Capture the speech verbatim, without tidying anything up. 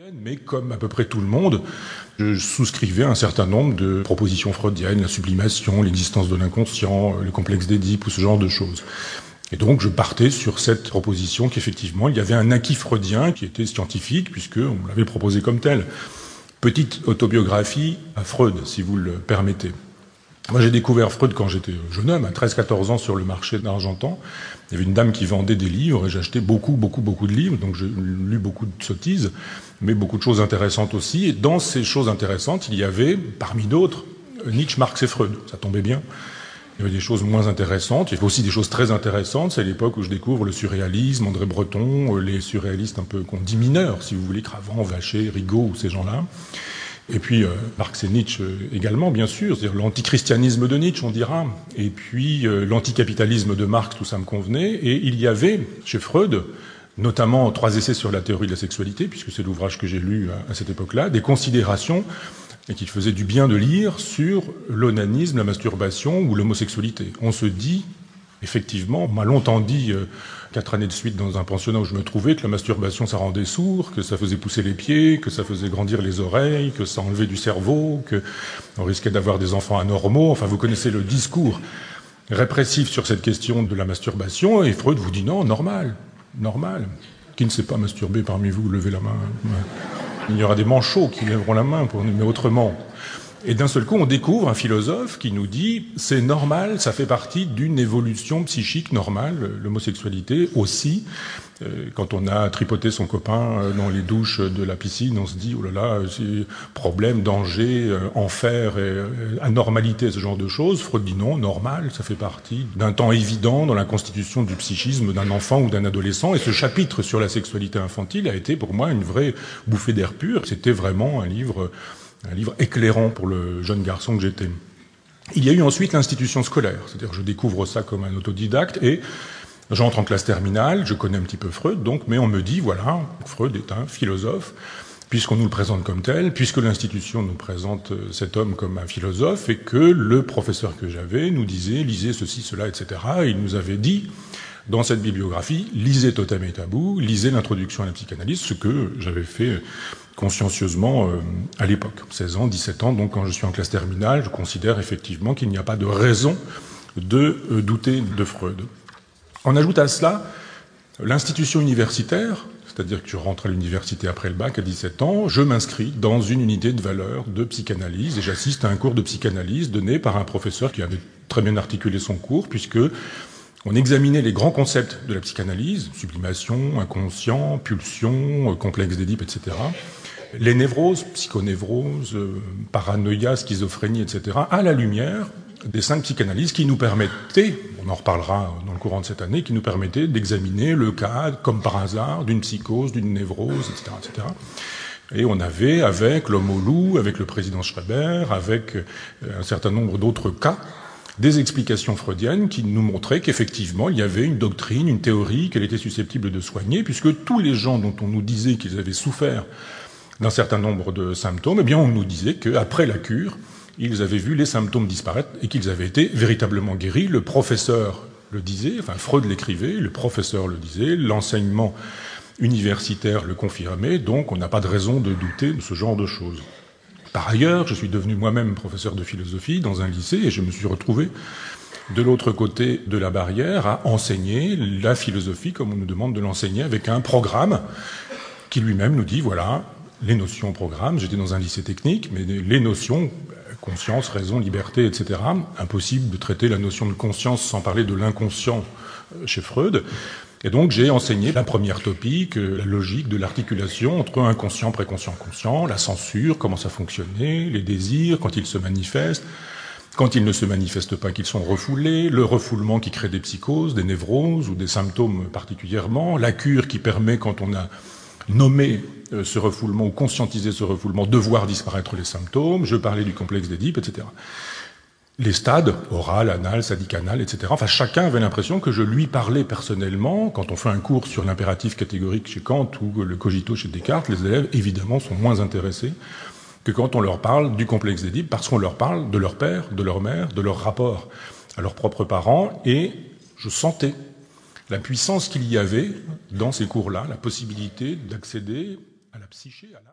Mais comme à peu près tout le monde, je souscrivais à un certain nombre de propositions freudiennes, la sublimation, l'existence de l'inconscient, le complexe d'Édipe ou ce genre de choses. Et donc je partais sur cette proposition qu'effectivement il y avait un acquis freudien qui était scientifique puisqu'on me l'avait proposé comme tel. Petite autobiographie à Freud, si vous le permettez. Moi, j'ai découvert Freud quand j'étais jeune homme, à treize quatorze ans, sur le marché d'Argentan. Il y avait une dame qui vendait des livres, et j'ai acheté beaucoup, beaucoup, beaucoup de livres, donc j'ai lu beaucoup de sottises, mais beaucoup de choses intéressantes aussi. Et dans ces choses intéressantes, il y avait, parmi d'autres, Nietzsche, Marx et Freud. Ça tombait bien. Il y avait des choses moins intéressantes. Il y avait aussi des choses très intéressantes. C'est l'époque où je découvre le surréalisme, André Breton, les surréalistes un peu qu'on dit mineurs, si vous voulez, Cravant, Vacher, Rigaud, ou ces gens-là. Et puis euh, Marx et Nietzsche également, bien sûr, c'est-à-dire l'antichristianisme de Nietzsche, on dira, et puis euh, l'anticapitalisme de Marx, tout ça me convenait, et il y avait, chez Freud, notamment trois essais sur la théorie de la sexualité, puisque c'est l'ouvrage que j'ai lu à, à cette époque-là, des considérations, et qu'il faisait du bien de lire, sur l'onanisme, la masturbation ou l'homosexualité. On se dit, effectivement, on m'a longtemps dit, euh, quatre années de suite dans un pensionnat où je me trouvais, que la masturbation ça rendait sourd, que ça faisait pousser les pieds, que ça faisait grandir les oreilles, que ça enlevait du cerveau, qu'on risquait d'avoir des enfants anormaux. Enfin, vous connaissez le discours répressif sur cette question de la masturbation, et Freud vous dit non, normal, normal. Qui ne s'est pas masturbé parmi vous, levez la main. Il y aura des manchots qui lèveront la main, pour, mais autrement. Et d'un seul coup, on découvre un philosophe qui nous dit « c'est normal, ça fait partie d'une évolution psychique normale, l'homosexualité aussi ». Quand on a tripoté son copain dans les douches de la piscine, on se dit « oh là là, c'est problème, danger, enfer, et anormalité, ce genre de choses ». Freud dit non, normal, ça fait partie d'un temps évident dans la constitution du psychisme d'un enfant ou d'un adolescent. Et ce chapitre sur la sexualité infantile a été pour moi une vraie bouffée d'air pur. C'était vraiment un livre... un livre éclairant pour le jeune garçon que j'étais. Il y a eu ensuite l'institution scolaire, c'est-à-dire que je découvre ça comme un autodidacte et j'entre en classe terminale, je connais un petit peu Freud, donc, mais on me dit, voilà, Freud est un philosophe, puisqu'on nous le présente comme tel, puisque l'institution nous présente cet homme comme un philosophe et que le professeur que j'avais nous disait, lisez ceci, cela, et cetera. Et il nous avait dit, dans cette bibliographie, lisez Totem et Tabou, lisez l'introduction à la psychanalyse, ce que j'avais fait consciencieusement euh, à l'époque, seize ans, dix-sept ans, donc quand je suis en classe terminale, je considère effectivement qu'il n'y a pas de raison de euh, douter de Freud. On ajoute à cela l'institution universitaire, c'est-à-dire que je rentre à l'université après le bac à dix-sept ans, je m'inscris dans une unité de valeur de psychanalyse et j'assiste à un cours de psychanalyse donné par un professeur qui avait très bien articulé son cours, puisque on examinait les grands concepts de la psychanalyse, sublimation, inconscient, pulsion, complexe d'Édipe, et cetera, les névroses, psychonévroses, paranoïa, schizophrénie, et cetera, à la lumière des cinq psychanalyses qui nous permettaient, on en reparlera dans le courant de cette année, qui nous permettaient d'examiner le cas, comme par hasard, d'une psychose, d'une névrose, et cetera, et cetera. Et on avait, avec l'homme au loup, avec le président Schreber, avec un certain nombre d'autres cas, des explications freudiennes qui nous montraient qu'effectivement, il y avait une doctrine, une théorie qu'elle était susceptible de soigner, puisque tous les gens dont on nous disait qu'ils avaient souffert d'un certain nombre de symptômes, eh bien, on nous disait qu'après la cure, ils avaient vu les symptômes disparaître et qu'ils avaient été véritablement guéris. Le professeur le disait, enfin, Freud l'écrivait, le professeur le disait, l'enseignement universitaire le confirmait, donc on n'a pas de raison de douter de ce genre de choses. Par ailleurs, je suis devenu moi-même professeur de philosophie dans un lycée et je me suis retrouvé de l'autre côté de la barrière à enseigner la philosophie comme on nous demande de l'enseigner avec un programme qui lui-même nous dit, voilà, les notions programme, j'étais dans un lycée technique, mais les notions, conscience, raison, liberté, et cetera, impossible de traiter la notion de conscience sans parler de l'inconscient chez Freud. Et donc j'ai enseigné la première topique, la logique de l'articulation entre inconscient, préconscient, conscient, la censure, comment ça fonctionnait, les désirs, quand ils se manifestent, quand ils ne se manifestent pas, qu'ils sont refoulés, le refoulement qui crée des psychoses, des névroses ou des symptômes particulièrement, la cure qui permet, quand on a nommé ce refoulement ou conscientisé ce refoulement, de voir disparaître les symptômes, je parlais du complexe d'Édipe, et cetera. Les stades, oral, anal, sadique anal, et cetera. Enfin, chacun avait l'impression que je lui parlais personnellement. Quand on fait un cours sur l'impératif catégorique chez Kant ou le cogito chez Descartes, les élèves, évidemment, sont moins intéressés que quand on leur parle du complexe d'Édipe, parce qu'on leur parle de leur père, de leur mère, de leur rapport à leurs propres parents, et je sentais la puissance qu'il y avait dans ces cours-là, la possibilité d'accéder à la psyché, à la...